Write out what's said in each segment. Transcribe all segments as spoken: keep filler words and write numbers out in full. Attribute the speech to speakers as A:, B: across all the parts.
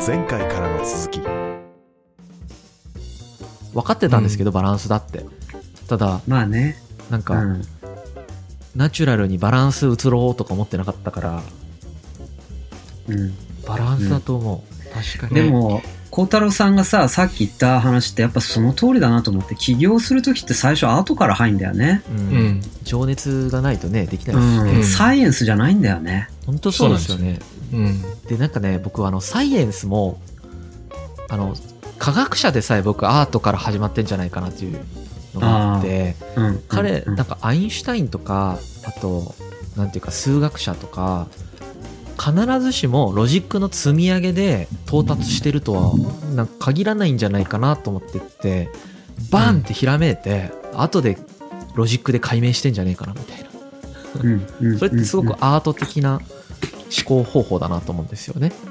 A: 前回からの続き。
B: 分かってたんですけど、うん、バランスだって。ただ
C: まあね、
B: なんか、うん、ナチュラルにバランス移ろうとか思ってなかったから、うん、バランスだと思う、うん、確かに。
C: でも孝太郎さんがさ、さっき言った話ってやっぱその通りだなと思って、起業するときって最初後から入るんだよね、
B: うんうん、情熱がないとねできないしね、
C: うん、サイエンスじゃないんだよね。
B: 本当そうですよね。うん、でなんかね、僕はあのサイエンスもあの科学者でさえ僕アートから始まってんじゃないかなっていうのがあって、うん、彼、うん、なんかアインシュタインとか、あとなんていうか数学者とか必ずしもロジックの積み上げで到達してるとはなんか限らないんじゃないかなと思ってって、バーンってひらめいて、うん、後でロジックで解明してんじゃねえかなみたいな、うんうん、それってすごくアート的な思考方法だなと思うんですよね。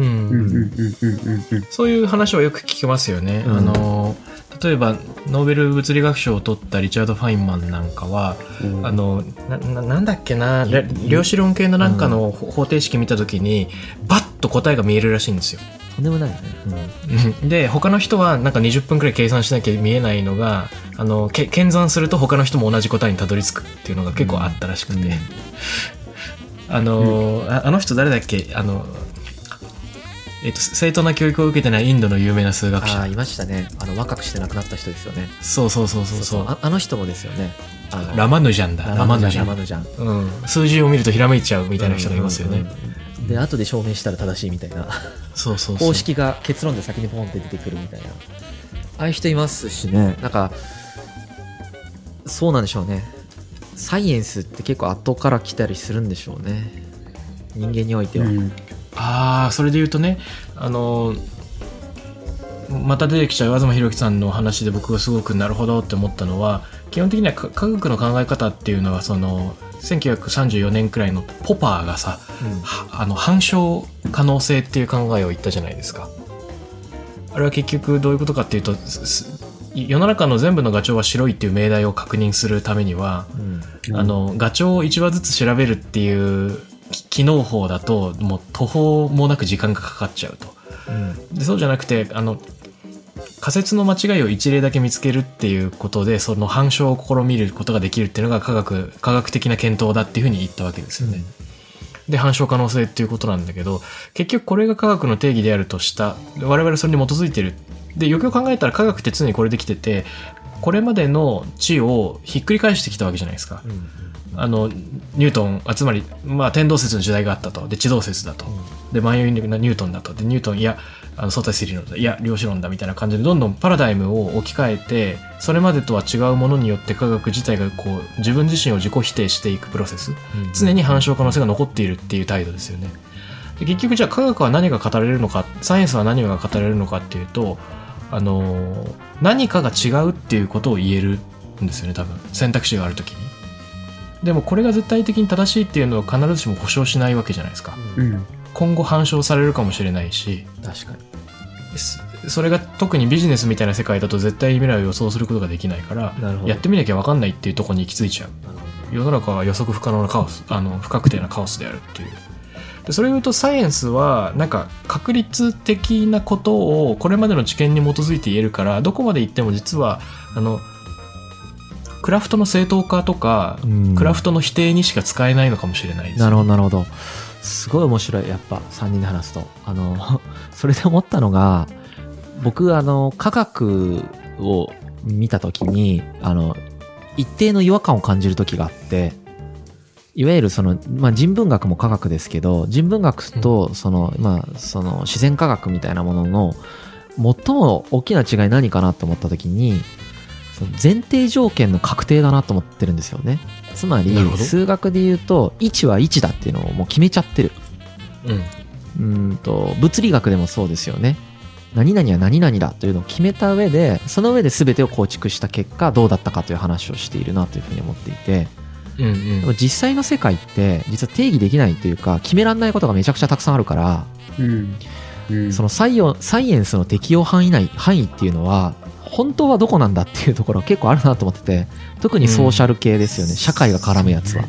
D: そういう話はよく聞きますよね、うん、あの例えばノーベル物理学賞を取ったリチャード・ファインマンなんかは、うん、あの な, な, なんだっけな量子論系のなんかの方程式見た時に、うん、バッと答えが見えるらしいんですよ。
B: とんでもないね、
D: うん、で他の人はなんかにじゅっぷんくらい計算しなきゃ見えないのが、あのけ検算すると他の人も同じ答えにたどり着くっていうのが結構あったらしくて、うん、あの、うん、あ, あの人誰だっけ、あのえっと、正当な教育を受けてないインドの有名な数学者。
B: あ、いましたね。あの若くして亡くなった人ですよね。
D: そうそうそうそうそう。
B: あ, あの人もですよね。
D: あのラマヌジャンだ。
B: ラマヌジャン。ラマヌジャン、
D: うん、数字を見るとひらめいちゃうみたいな人がいますよね、うんうん
B: うん、で後で証明したら正しいみたいな
D: そうそうそう、
B: 公式が結論で先にポンって出てくるみたいな、ああいう人いますしね。なんかそうなんでしょうね。サイエンスって結構後から来たりするんでしょうね、人間においては、うん。
D: ああ、それで言うとね、あのまた出てきちゃう東博樹さんの話で僕がすごくなるほどって思ったのは、基本的には科学の考え方っていうのはそのせんきゅうひゃくさんじゅうよねんくらいのポパーがさ、うん、あの反証可能性っていう考えを言ったじゃないですか。あれは結局どういうことかっていうと、世の中の全部のガチョウは白いっていう命題を確認するためには、うん、あのガチョウをいちわずつ調べるっていう機能法だともう途方もなく時間がかかっちゃうと、うん、でそうじゃなくて、あの仮説の間違いを一例だけ見つけるっていうことでその反証を試みることができるっていうのが科学科学的な検討だっていうふうに言ったわけですよね、うん、で反証可能性っていうことなんだけど、結局これが科学の定義であるとした我々それに基づいてる。でよくよく考えたら科学って常にこれできてて、これまでの知をひっくり返してきたわけじゃないですか、うん、あのニュートン、あつまり、まあ、天動説の時代があったと。で地動説だと、うん、で万有引力のニュートンだと。でニュートンいやあの相対性理論だ、いや量子論だみたいな感じでどんどんパラダイムを置き換えて、それまでとは違うものによって科学自体がこう自分自身を自己否定していくプロセス、うん、常に反証可能性が残っているっていう態度ですよね。で結局じゃあ科学は何が語られるのか、サイエンスは何が語られるのかっていうと、あの何かが違うっていうことを言えるんですよね、多分選択肢があるときに。でもこれが絶対的に正しいっていうのは必ずしも保証しないわけじゃないですか、うん、今後反証されるかもしれないし、
B: 確かに
D: それが特にビジネスみたいな世界だと絶対未来を予想することができないから、やってみなきゃ分かんないっていうところに行き着いちゃう。世の中は予測不可能なカオス、あの不確定なカオスであるっていう。でそれを言うとサイエンスはなんか確率的なことをこれまでの知見に基づいて言えるから、どこまで行っても実はあのクラフトの正当化とか、うん、クラフトの否定にしか使えないのかもしれないです、ね、
B: なるほどなるほど。すごい面白い。やっぱさんにんで話すとあのそれで思ったのが、僕あの科学を見た時にあの一定の違和感を感じる時があって、いわゆるその、まあ、人文学も科学ですけど、人文学とその、まあ、その自然科学みたいなものの最も大きな違い何かなと思った時に、その前提条件の確定だなと思ってるんですよね。つまり数学で言うといちはいちだっていうのをもう決めちゃってる、うん、うんと物理学でもそうですよね。何々は何々だというのを決めた上で、その上で全てを構築した結果どうだったかという話をしているなというふうに思っていて、うんうん、でも実際の世界って実は定義できないというか決められないことがめちゃくちゃたくさんあるから、うんうん、そのサイオサイエンスの適用範囲内範囲っていうのは本当はどこなんだっていうところが結構あるなと思ってて、特にソーシャル系ですよね、うん、社会が絡むやつは、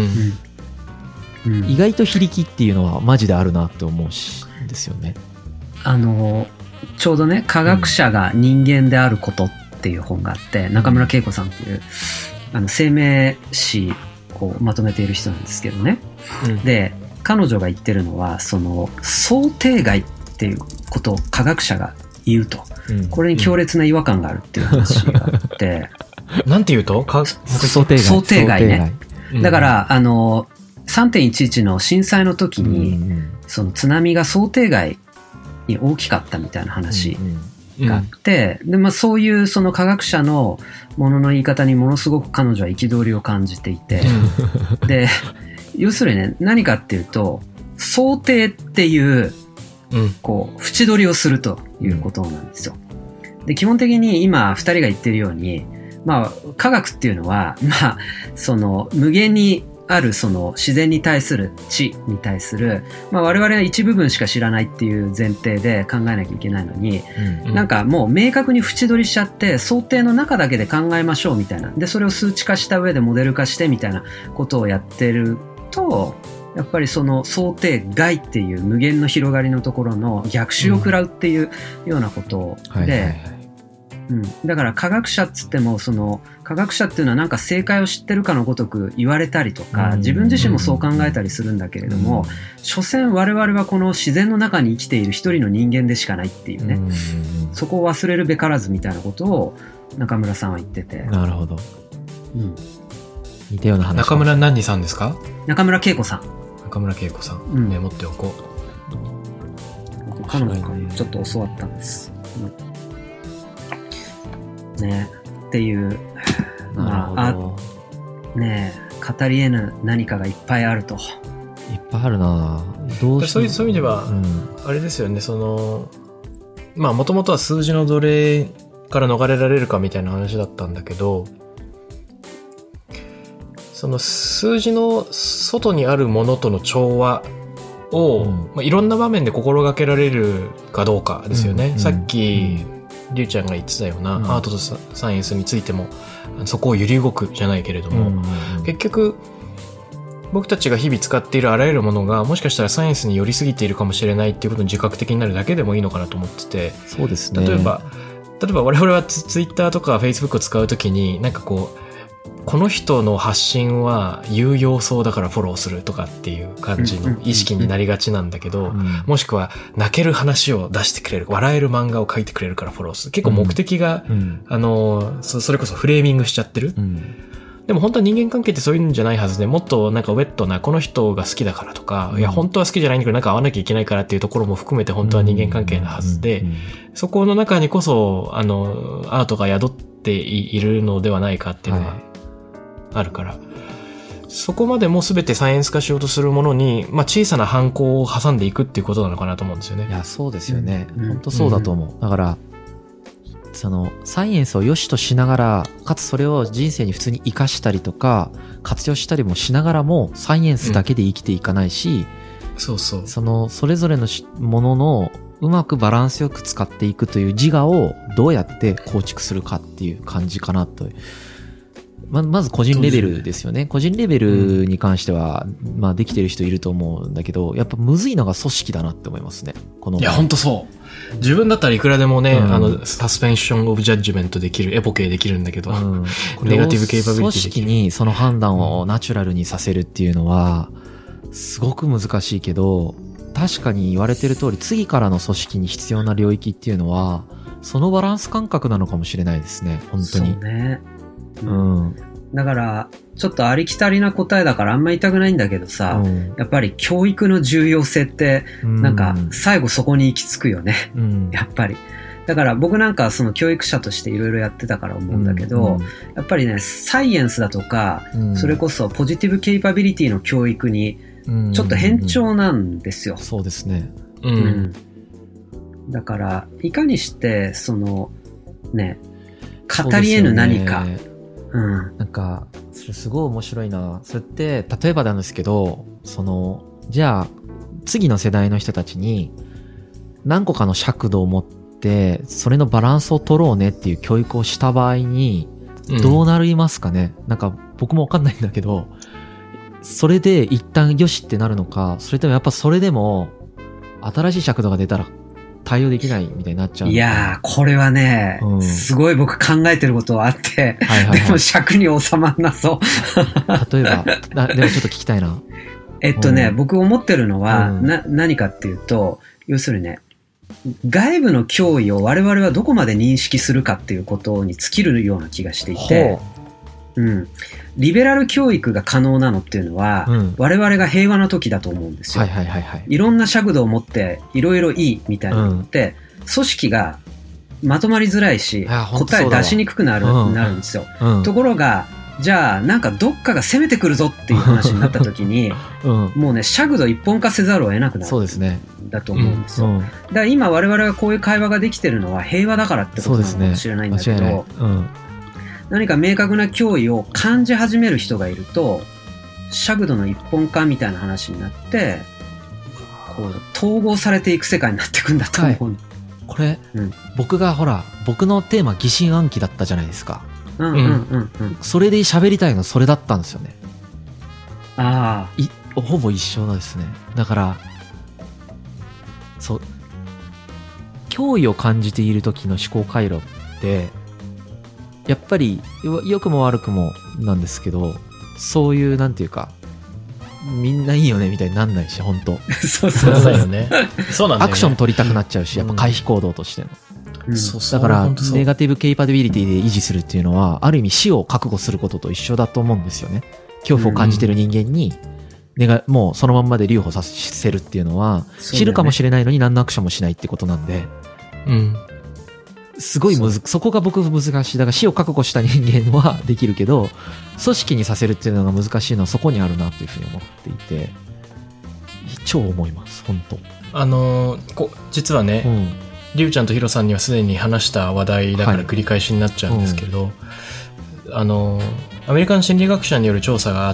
B: うんうん、意外と非力っていうのはマジであるなって思うしですよね。
C: あのちょうどね科学者が人間であることっていう本があって、うん、中村恵子さんっていうあの生命史をまとめている人なんですけどね、うん、で彼女が言ってるのはその想定外っていうことを科学者が言うと、うん、これに強烈な違和感があるっていう話があって、
D: うん、なんて言うとか
C: 想定外想定外ね、うん、だからあの さんてんいちいち の震災の時に、うん、その津波が想定外に大きかったみたいな話があって、うんうん、でまあ、そういうその科学者のものの言い方にものすごく彼女は憤りを感じていて、うん、で要するにね何かっていうと想定っていうこう縁取りをするということなんですよ。で基本的に今ふたりが言ってるように、まあ、科学っていうのは、まあ、その無限にあるその自然に対する知に対する、まあ、我々は一部分しか知らないっていう前提で考えなきゃいけないのに、うんうん、なんかもう明確に縁取りしちゃって想定の中だけで考えましょうみたいな、でそれを数値化した上でモデル化してみたいなことをやってると、やっぱりその想定外っていう無限の広がりのところの逆襲を食らうっていうようなことで、うん、だから科学者っつってもその科学者っていうのはなんか正解を知ってるかのごとく言われたりとか、自分自身もそう考えたりするんだけれども、所詮我々はこの自然の中に生きている一人の人間でしかないっていうね、そこを忘れるべからずみたいなことを中村さんは言ってて。
B: なるほど、うん、似たような話。
D: 中村何さんですか？
C: 中村恵子さん。
D: 中村恵子さん、うん、メモっておこ
C: う。彼女からちょっと教わったんです、うん、ねっていう、まあ、あね語り得ぬ何かがいっぱいあると。
B: いっぱいあるな。どうし
D: そういうそういう意味では、うん、あれですよね、そのまあもともとは数字の奴隷から逃れられるかみたいな話だったんだけど、その数字の外にあるものとの調和を、うんまあ、いろんな場面で心がけられるかどうかですよね、うん、さっき、うん、りゅうちゃんが言ってたような、うん、アートとサイエンスについてもそこを揺り動くじゃないけれども、うん、結局僕たちが日々使っているあらゆるものがもしかしたらサイエンスに寄りすぎているかもしれないっていうことに自覚的になるだけでもいいのかなと思ってて。
B: そうですね。
D: 例えば例えば我々はツイッターとかフェイスブックを使うときになんかこうこの人の発信は有用そうだからフォローするとかっていう感じの意識になりがちなんだけど、もしくは泣ける話を出してくれる、笑える漫画を描いてくれるからフォローする。結構目的が、うん、あの そ, それこそフレーミングしちゃってる、うん、でも本当は人間関係ってそういうんじゃないはずで、もっとなんかウェットなこの人が好きだからとか、うん、いや本当は好きじゃないんだけどなんか会わなきゃいけないからっていうところも含めて本当は人間関係なはずで、そこの中にこそあのアートが宿っているのではないかっていうのは、はいあるから、そこまでもう全てサイエンス化しようとするものに、まあ、小さな反抗を挟んでいくっていうことなのかなと思うんですよね。
B: いやそうですよね、うん、本当そうだと思う、うん、だからそのサイエンスを良しとしながらかつそれを人生に普通に生かしたりとか活用したりもしながらもサイエンスだけで生きていかないし、
D: うん、そうそう
B: そのそれぞれのもののうまくバランスよく使っていくという自我をどうやって構築するかっていう感じかなと。ま, まず個人レベルですよね。個人レベルに関しては、うん、まあできてる人いると思うんだけど、やっぱむずいのが組織だなって思いますね。この
D: いや本当そう。自分だったらいくらでもね、うん、あのサスペンションオブジャッジメントできる、エポケできるんだけど、うん、ネガティブケイパビリティできる。組織にその判断をナチュラルにさせるっていうのはすごく難しいけど、確かに言われてる通り次からの組織に必要な領域っていうのはそのバランス感覚なのかもしれないですね。本当に。
C: そうね。うん、だからちょっとありきたりな答えだからあんま言いたくないんだけどさ、うん、やっぱり教育の重要性ってなんか最後そこに行き着くよね、うん、やっぱり。だから僕なんかその教育者としていろいろやってたから思うんだけど、うんうん、やっぱりねサイエンスだとか、うん、それこそポジティブケイパビリティの教育にちょっと偏重なんですよ、うんうんうん、
B: そうですね、
C: うんうん、だからいかにしてそのね語り得ぬ何か、
B: うん、なんかそれすごい面白いな。それって例えばなんですけど、そのじゃあ次の世代の人たちに何個かの尺度を持ってそれのバランスを取ろうねっていう教育をした場合にどうなりますかね、うん、なんか僕も分かんないんだけど、それで一旦よしってなるのか、それともやっぱそれでも新しい尺度が出たら対応できないみたいになっちゃう。
C: いやー、これはね、うん、すごい僕考えてることはあって、はいはいはい、でも尺に収まんなそう。
B: 例えば、でもちょっと聞きたいな。
C: えっとね、うん、僕思ってるのは、うん、な、何かっていうと、要するにね、外部の脅威を我々はどこまで認識するかっていうことに尽きるような気がしていて、うん、リベラル教育が可能なのっていうのは、うん、我々が平和な時だと思うんですよ、はいはいはいはい、いろんな尺度を持っていろいろいいみたいなのって、うん、組織がまとまりづらいし答え出しにくくなる、うん、なるんですよ、うん、ところがじゃあなんかどっかが攻めてくるぞっていう話になった時に、うん、もうね尺度一本化せざるを得なくなる。そうですね。だと思うんですよ、うんうん、だから今我々がこういう会話ができてるのは平和だからってことなのかもしれないんだけど、ねうん、何か明確な脅威を感じ始める人がいると尺度の一本化みたいな話になってこう統合されていく世界になっていくんだと思う、はい、
B: これ、うん、僕がほら僕のテーマ疑心暗鬼だったじゃないですか。うんうんうんうん、それで喋りたいのそれだったんですよね。ああ、いほぼ一緒なんですね。だからそう脅威を感じている時の思考回路ってやっぱり良くも悪くもなんですけど、そういうなんていうかみんないいよねみたいになんないし、本当
C: そうそうそうよ
D: ね。そうなんだよね。
B: アクション取りたくなっちゃうし、やっぱ回避行動としての、うん、だからネガティブケイパビリティで維持するっていうのはある意味死を覚悟することと一緒だと思うんですよね。恐怖を感じてる人間に、うんもうそのまんまで留保させるっていうのは、知るかもしれないのに何のアクションもしないってことなんで、うん、すごいむず そ, そこが僕難しい。だから死を覚悟した人間はできるけど組織にさせるっていうのが難しいのはそこにあるなというふうに思っていて、超思います本当。
D: あのー、こ実はね、うん、りゅうちゃんとヒロさんにはすでに話した話題だから繰り返しになっちゃうんですけど、はいうん、あのー、アメリカの心理学者による調査があって、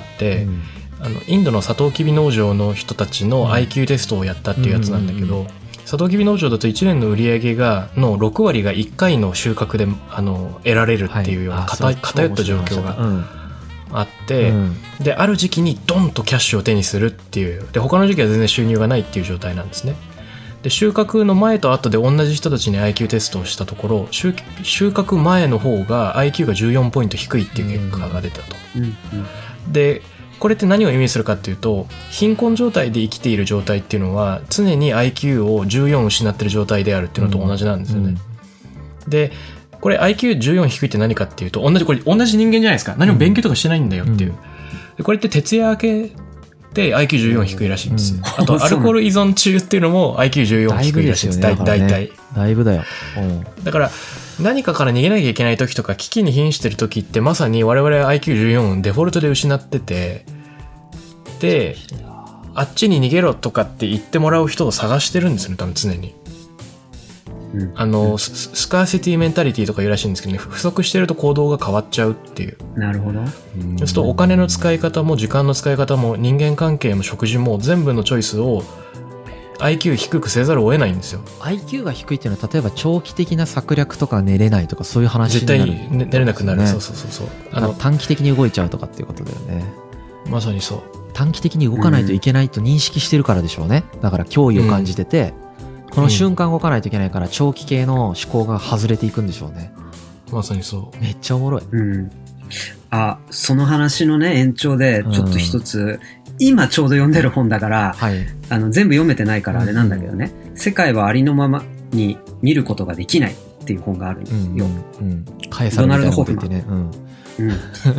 D: うんあのインドのサトウキビ農場の人たちの アイキュー テストをやったっていうやつなんだけど、うんうんうん、サトウキビ農場だといちねんの売り上げがのろくわりがいっかいの収穫であの得られるっていうような、はい、偏, 偏った状況があって、うん、である時期にドンとキャッシュを手にするっていうで他の時期は全然収入がないっていう状態なんですね。で収穫の前と後で同じ人たちに アイキュー テストをしたところ 収, 収穫前の方が アイキュー がじゅうよんポイント低いっていう結果が出たと、うんうんうん、でこれって何を意味するかっていうと貧困状態で生きている状態っていうのは常に アイキュー をじゅうよん失っている状態であるっていうのと同じなんですよね、うんうん、でこれ アイキューじゅうよん 低いって何かっていうと同じこれ同じ人間じゃないですか。何も勉強とかしてないんだよっていう、うん、でこれって徹夜明けで アイキューじゅうよん 低いらしいんです、うん、あとアルコール依存中っていうのも アイキューじゅうよん 低いらしいんです。だいぶですよね。だいたい
B: だいぶだよ、
D: うん、だから何かから逃げなきゃいけない時とか危機に瀕してる時ってまさに我々は アイキューじゅうよん デフォルトで失ってて、であっちに逃げろとかって言ってもらう人を探してるんですよね多分常に、うん、あの、うん、ス, スカーシティメンタリティとか言うらしいんですけどね、不足してると行動が変わっちゃうっていう。
C: なるほど。
D: そうするとお金の使い方も時間の使い方も人間関係も食事も全部のチョイスを アイキュー 低くせざるを得ないんですよ。
B: アイキュー が低いっていうのは例えば長期的な策略とか寝れないとかそういう話になる、ね、
D: 絶対寝れなくなる。そうそうそうそう。
B: あの短期的に動いちゃうとかっていうことだよね。
D: まさにそう。
B: 短期的に動かないといけないと認識してるからでしょうね。だから脅威を感じてて、うん、この瞬間動かないといけないから長期系の思考が外れていくんでしょうね。
D: まさにそう。
B: めっちゃおもろい、
C: うん、あその話のね延長でちょっと一つ、うん、今ちょうど読んでる本だから、はい、あの全部読めてないからあれなんだけどね、うん、世界はありのままに見ることができないっていう本があるよ、うんうん、
B: 返されみたいなこと言ってね、うん
C: うん、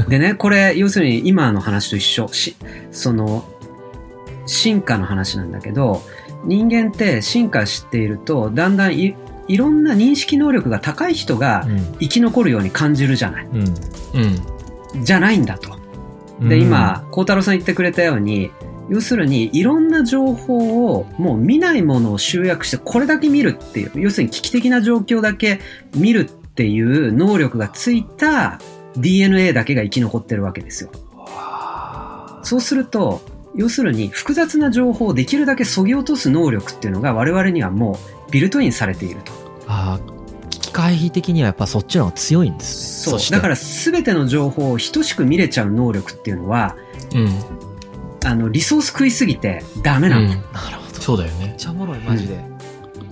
C: でねこれ要するに今の話と一緒しその進化の話なんだけど、人間って進化しているとだんだん い, いろんな認識能力が高い人が生き残るように感じるじゃない、うんうん、じゃないんだと。で今幸太郎さん言ってくれたように要するにいろんな情報をもう見ないものを集約してこれだけ見るっていう要するに危機的な状況だけ見るっていう能力がついたディーエヌエー だけが生き残ってるわけですよ。そうすると要するに複雑な情報をできるだけ削ぎ落とす能力っていうのが我々にはもうビルトインされていると。
B: ああ、危機回避的にはやっぱそっちの方が強いんです
C: ね。そうだから全ての情報を等しく見れちゃう能力っていうのは、うん、あのリソース食いすぎてダメなの、うん、なる
B: ほど。
D: そうだよね。
B: めっちゃおもろいマジで、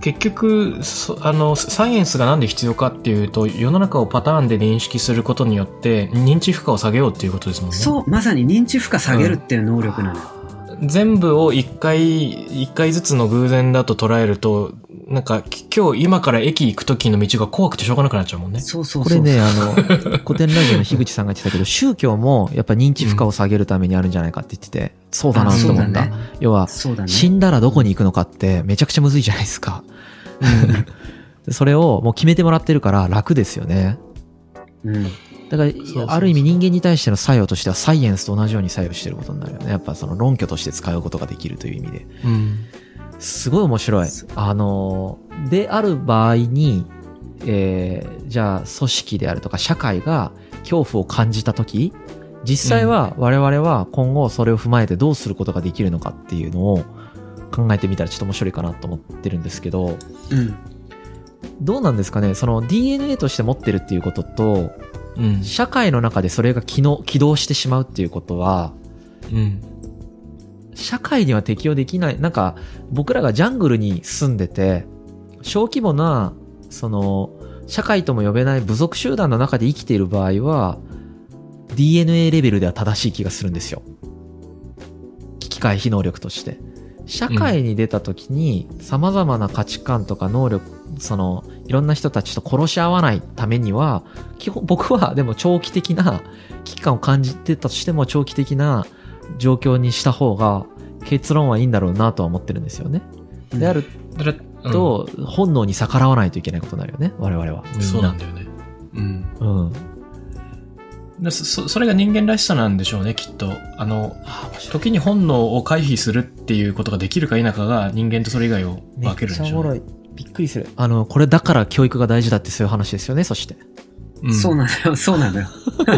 D: 結局あのサイエンスがなんで必要かっていうと、世の中をパターンで認識することによって認知負荷を下げようっていうことですもんね。
C: そう、まさに認知負荷下げるっていう能力なのよ、
D: うん、全部を一回一回ずつの偶然だと捉えると、なんか今日今から駅行く時の道が怖くてしょうがなくなっちゃうもんね。
C: そうそうそう。
B: これね、あの古典ラジオの樋口さんが言ってたけど、宗教もやっぱ認知負荷を下げるためにあるんじゃないかって言ってて、そうだなと思った。ね、要は、ね、死んだらどこに行くのかってめちゃくちゃむずいじゃないですか。それをもう決めてもらってるから楽ですよね。うん。だからある意味人間に対しての作用としてはサイエンスと同じように作用してることになるよね。やっぱその論拠として使うことができるという意味で。うん。すごい面白い。あの、である場合に、えー、じゃあ組織であるとか社会が恐怖を感じたとき、実際は我々は今後それを踏まえてどうすることができるのかっていうのを考えてみたらちょっと面白いかなと思ってるんですけど、うん、どうなんですかね、その ディーエヌエー として持ってるっていうことと、うん、社会の中でそれが起動、起動してしまうっていうことは、うん、社会には適用できない。なんか僕らがジャングルに住んでて小規模なその社会とも呼べない部族集団の中で生きている場合は ディーエヌエー レベルでは正しい気がするんですよ。危機回避能力として。社会に出た時に様々な価値観とか能力、そのいろんな人たちと殺し合わないためには、基本僕はでも長期的な危機感を感じてたとしても長期的な状況にした方が結論はいいんだろうなとは思ってるんですよね。であると、うん、本能に逆らわないといけないことになるよね、我々は。
D: そうなんだよね。うん。うん。そ, それが人間らしさなんでしょうね、きっと。あの、時に本能を回避するっていうことができるか否かが人間とそれ以外を分けるんでしょうね。めっちゃおもろい。
B: びっくりする。あの、これだから教育が大事だってそういう話ですよね、そして。
C: うん、そうなのよ、そうなのよ。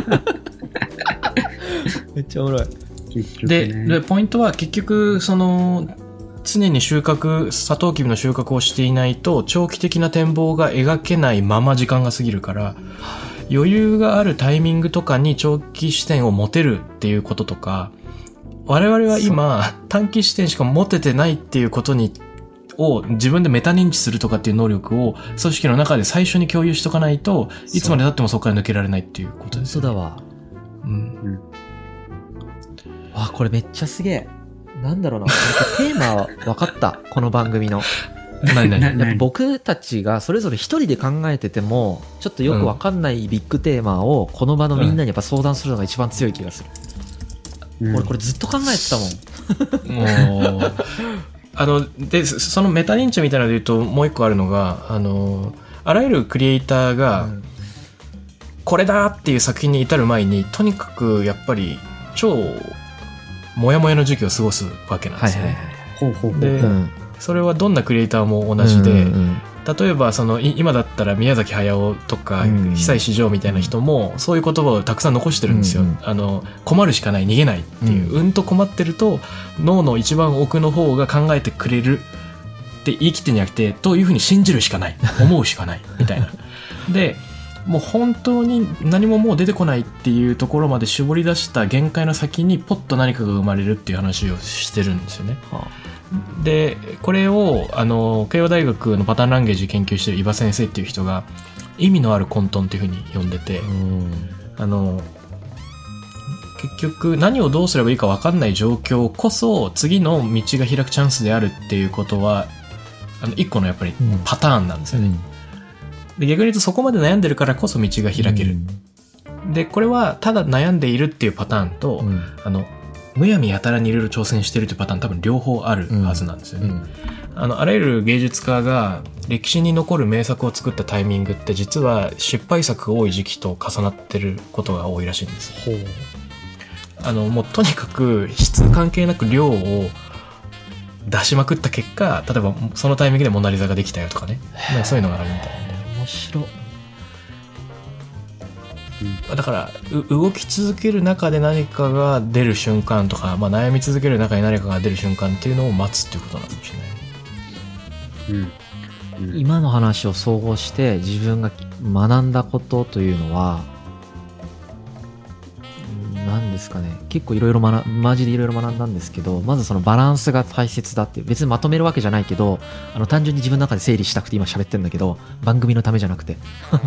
B: めっちゃおもろい。
C: 結局
D: ね、
C: で、
D: で、ポイントは結局、その、常に収穫、サトウキビの収穫をしていないと、長期的な展望が描けないまま時間が過ぎるから、余裕があるタイミングとかに長期視点を持てるっていうこととか、我々は今短期視点しか持ててないっていうことにを自分でメタ認知するとかっていう能力を組織の中で最初に共有しとかないといつまで経ってもそこから抜けられないっていうことです、ね。
B: 本当だわ。うん。うん、あ、これめっちゃすげえ。なんだろうな。テーマは分かった。この番組の。
D: 何何
B: やっぱ僕たちがそれぞれ一人で考えててもちょっとよく分かんないビッグテーマをこの場のみんなにやっぱ相談するのが一番強い気がする、うん、俺これずっと考えてたもん。
D: もうあのでそのメタ認知みたいなので言うともう一個あるのが、あのあらゆるクリエイターがこれだっていう作品に至る前にとにかくやっぱり超モヤモヤの時期を過ごすわけなんですよね。
C: ほうほうほう。
D: で、うんそれはどんなクリエイターも同じで、うんうんうん、例えばその今だったら宮崎駿とか久石譲みたいな人もそういう言葉をたくさん残してるんですよ、うんうん、あの困るしかない逃げないっていう、うん、うんと困ってると脳の一番奥の方が考えてくれるって言い切ってんじゃなくてというふうに信じるしかない思うしかないみたいなでもう本当に何ももう出てこないっていうところまで絞り出した限界の先にポッと何かが生まれるっていう話をしてるんですよね、はあでこれをあの慶応大学のパターンランゲージ研究している伊庭先生っていう人が意味のある混沌っていうふうに呼んでて、あの結局何をどうすればいいか分かんない状況こそ次の道が開くチャンスであるっていうことはあの一個のやっぱりパターンなんですよね、うん、で逆に言うとそこまで悩んでるからこそ道が開ける、うん、でこれはただ悩んでいるっていうパターンと、うん、あのむやみやたらにいろいろ挑戦してるというパターン多分両方あるはずなんですよね、うんうん、あのあらゆる芸術家が歴史に残る名作を作ったタイミングって実は失敗作が多い時期と重なってることが多いらしいんです。ほう。あのもうとにかく質関係なく量を出しまくった結果例えばそのタイミングでモナリザができたよとかね、まあ、そういうのがあるみたいな。
B: 面白い。
D: だから動き続ける中で何かが出る瞬間とか、まあ、悩み続ける中に何かが出る瞬間っていうのを待つっていうことなのかもしれない、
B: うんうん、今の話を総合して自分が学んだことというのは何ですですかね、結構いろいろ学マジでいろいろ学んだんですけど、まずそのバランスが大切だって、別にまとめるわけじゃないけど、あの単純に自分の中で整理したくて今喋ってるんだけど、番組のためじゃなくて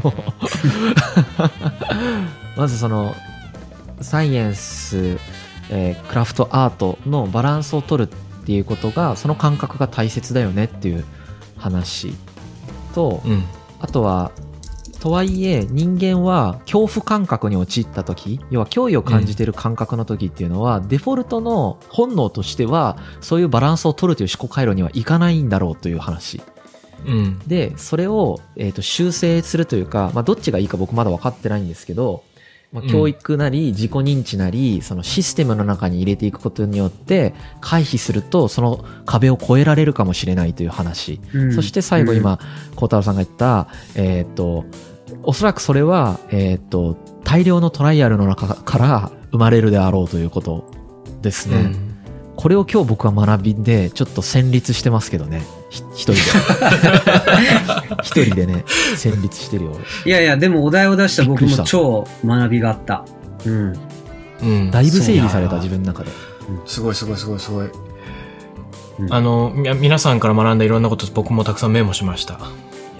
B: まずそのサイエンス、えー、クラフトアートのバランスを取るっていうことが、その感覚が大切だよねっていう話と、うん、あとはとはいえ人間は恐怖感覚に陥った時、要は脅威を感じている感覚の時っていうのは、うん、デフォルトの本能としてはそういうバランスを取るという思考回路にはいかないんだろうという話、うん、でそれを、えーと、修正するというか、まあ、どっちがいいか僕まだ分かってないんですけど、まあ、教育なり自己認知なりそのシステムの中に入れていくことによって回避するとその壁を越えられるかもしれないという話、うん、そして最後今孝太郎さんが言った、えーとおそらくそれは、えー、と大量のトライアルの中から生まれるであろうということですね、うん、これを今日僕は学びでちょっと戦慄してますけどね、一人で一人でね戦慄してるよ。
C: いやいやでもお題を出した僕も超学びがあった、うん
B: うん、だいぶ整理された自分の中で、
D: うん、すごいすごいすごいすごい、うん、あの皆さんから学んだいろんなこと僕もたくさんメモしました。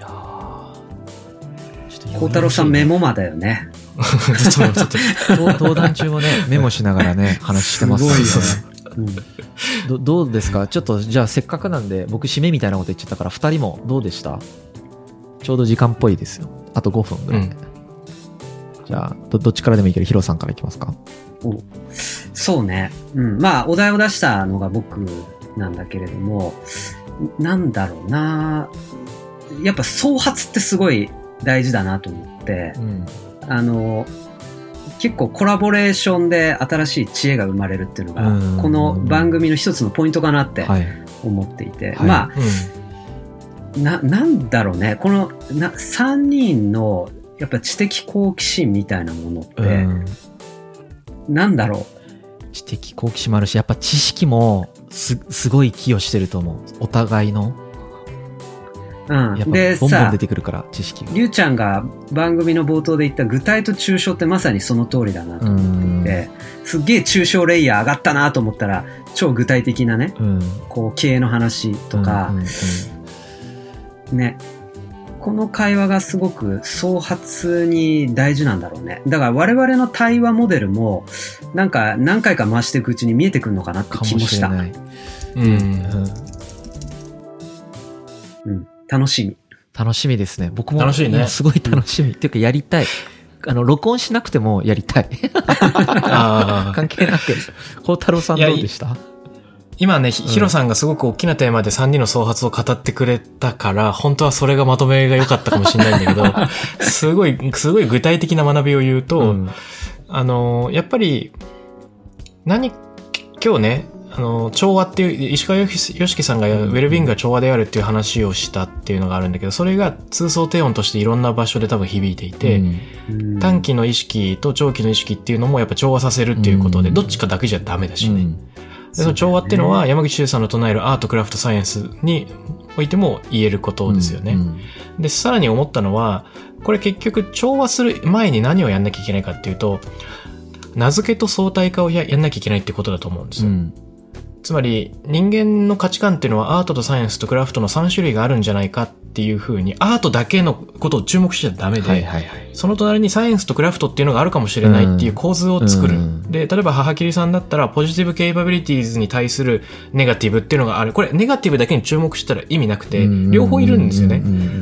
C: 孝太郎さんメモマだよね
B: 登壇中もねメモしながらね話してます。すごいよね、うん、ど, どうですか。ちょっとじゃあせっかくなんで僕締めみたいなこと言っちゃったからふたりもどうでした。ちょうど時間っぽいですよ。あとごふんぐらい、うん、じゃあ ど, どっちからでもいいけどヒロさんからいきますか。
C: おそうね、うん、まあお題を出したのが僕なんだけれども、なんだろうな、やっぱ創発ってすごい大事だなと思って、うん、あの結構コラボレーションで新しい知恵が生まれるっていうのが、うん、この番組の一つのポイントかなって思っていて、はい、まあ、うん、な, なんだろうね、このなさんにんのやっぱ知的好奇心みたいなものって、うん、なんだろ
B: う、知的好奇心もあるし、やっぱ知識も す, すごい寄与してると思う、お互いの。
C: うん、
B: やっぱボンボン出てくるから知識が。
C: りゅうちゃんが番組の冒頭で言った具体と抽象ってまさにその通りだなと思っていて、すっげえ抽象レイヤー上がったなと思ったら超具体的なね、うん、こう経営の話とか、うんうんうん、ね、この会話がすごく創発に大事なんだろうね。だから我々の対話モデルもなんか何回か回していくうちに見えてくるのかなって気もした。かもしれない。うん、うんうん、楽しみ。
B: 楽しみですね。僕も楽しいね。すごい楽しみ。っていうかやりたい。あの録音しなくてもやりたい。あ関係なく。孝太郎さんどうでした？
D: 今ね、ヒロさんがすごく大きなテーマでさんにんの創発を語ってくれたから、本当はそれがまとめが良かったかもしれないんだけど、すごい、すごい具体的な学びを言うと、うん、あの、やっぱり、何、今日ね、あの、調和っていう、石川良樹さんがウェルビーイングが調和であるっていう話をしたっていうのがあるんだけど、それが通奏低音としていろんな場所で多分響いていて、うん、短期の意識と長期の意識っていうのもやっぱ調和させるっていうことで、うん、どっちかだけじゃダメだしね。うん、でその調和っていうのは山口周さんの唱えるアート、クラフト、サイエンスにおいても言えることですよね。うんうん、で、さらに思ったのは、これ結局調和する前に何をやんなきゃいけないかっていうと、名付けと相対化を や, やんなきゃいけないってことだと思うんですよ。うん、つまり人間の価値観っていうのはアートとサイエンスとクラフトのさん種類があるんじゃないかっていう風にアートだけのことを注目しちゃダメで、はいはいはい、その隣にサイエンスとクラフトっていうのがあるかもしれないっていう構図を作る、うん、で例えば母切さんだったらポジティブケイパビリティーズに対するネガティブっていうのがある。これネガティブだけに注目したら意味なくて、うん、両方いるんですよね、うん、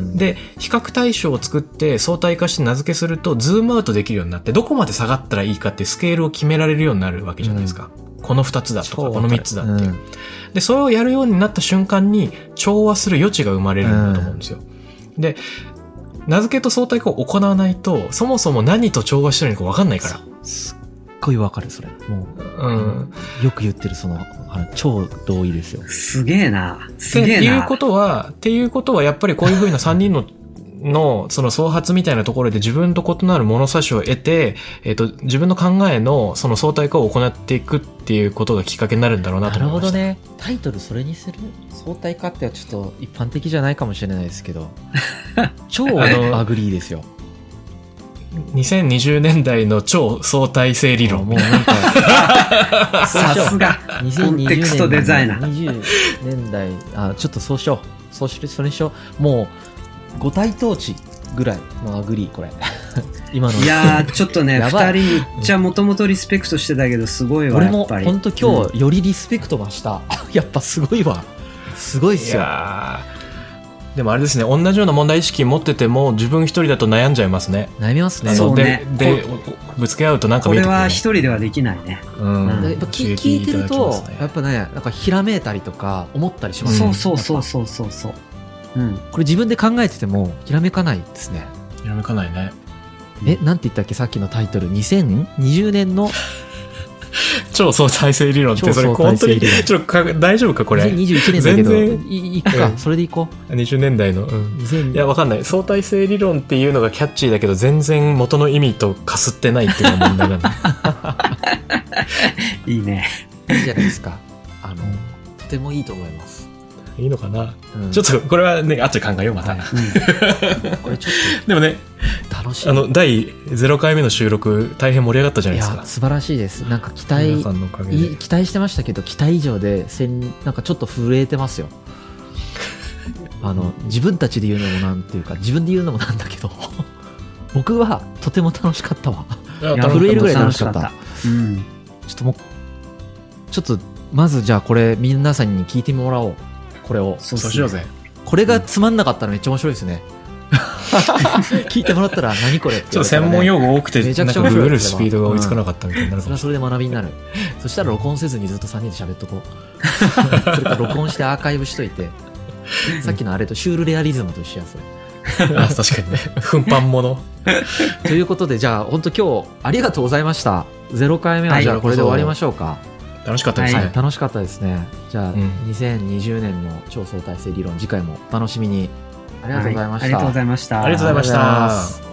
D: で比較対象を作って相対化して名付けするとズームアウトできるようになって、どこまで下がったらいいかってスケールを決められるようになるわけじゃないですか、うん、このふたつだとかこのみっつだっていう、うん、でそれをやるようになった瞬間に調和する余地が生まれるんだと思うんですよ、うん、で名付けと相対化を行わないとそもそも何と調和してるのか分かんないから。
B: すっごい分かるそれ。もう、うん、よく言ってるそのあの超同意ですよ。
C: すげえな。すげえな。
D: っていうことはっていうことはやっぱりこういう風なさんにんののその創発みたいなところで自分と異なる物差しを得て、えっと自分の考えのその相対化を行っていくっていうことがきっかけになるんだろうなと思いました。
B: なるほどね。タイトルそれにする。相対化ってはちょっと一般的じゃないかもしれないですけど超アグリーですよ。
D: にせんにじゅうねんだいの超相対性理論。
B: もうなんか
C: さすがコンテクストデザイナー。
B: にじゅうねんだい、あ、ちょっとそうしよう。そうしそれにしよう。もうご体統治ぐらいのアグリーこれ。今の。
C: いやーちょっとね
B: やばい
C: ふたりめっちゃもともとリスペクトしてたけどすごいわ
B: 俺も
C: やっぱり。
B: 本当今日よりリスペクト増した。やっぱすごいわ。すごいっ
D: い
B: すよ。
D: やーでもあれですね、同じような問題意識持ってても自分一人だと悩んじゃいますね。
B: 悩みますね。
C: そうね
D: ででぶつけ合うとなんか
C: これ
D: 見えてくるね。
C: は一人ではできないね。
D: うん
C: うん
B: やっぱ聞
D: 刺激
B: 聞いてる
D: ただき
B: と
D: ますね
B: やっぱね、なんかひらめいたりとか思ったりしますね。
C: そうそうそう
B: やっ
C: そうそうそう。うん。
B: ぱこれ自分で考えててもひらめかないですね。
D: やめかないね。
B: え、なんて言ったっけさっきのタイトル。にせんにじゅうねんの
D: 超相対性理論って
B: 超
D: それ
B: 相
D: 本当に
B: 対性理論
D: ちょっとか大丈夫かこれ。
B: にせんにじゅういちねんだけど、
D: 全然
B: いいくか、
D: うん
B: それでいこ
D: にじゅうねんだいの。うん
B: う。にせん
D: いやわかんない。相対性理論っていうのがキャッチーだけど全然元の意味とかすってないっていうのが問題なんだ。
C: いいね。
B: いいじゃないですか。あの、とてもいいと思います。
D: いいのかな、
B: うん
D: ちょっとこれはね後で考えようまた。
B: はいこれちょっ
D: でもね
B: と楽しい。
D: あのだいゼロかいめの収録大変盛り上がったじゃないですか。
B: いや素晴らしいです。なんか期待
D: 皆さんのおかげで
B: い期待してましたけど期待以上でせんなんかちょっと震えてますよ。あの自分たちで言うのもなんていうか自分で言うのもなんだけど僕はとても楽しかったわ。
D: いや
C: いや
B: 震えるぐらい楽しかった。
C: うん。
B: ちょっともうちょっとまずじゃあこれ皆さんに聞いてもらおう。これを
C: そう
D: そうしようぜ。
B: これがつまんなかったらめっちゃ面白いですね。聞いてもらったら何これって
D: ちょっと
B: 言われたらね
D: 専門用語多くて
B: めちゃくちゃ
D: なんか
B: 面白い
D: ググるスピードが追いつかなかったみたいになるかもし
B: それはそれで学びになる。そしたら録音せずにずっとさんにんで喋っとこう。それから録音してアーカイブしといて、さっきのあれとシュールレアリズムと一緒やそれ。
D: れない。あ確かにね。奮発もの。
B: ということでじゃあ本当今日ありがとうございました。ゼロかいめは
C: はい
B: じゃあこれで終わりましょうか。
D: 楽しかったですね。
B: はい、楽しかったですね。じゃあ、
D: うん
B: にせんにじゅうねんの超相対性理論次回もお楽しみに。ありがとうございました。
C: はいありがとうございました。
D: ありがとうございました。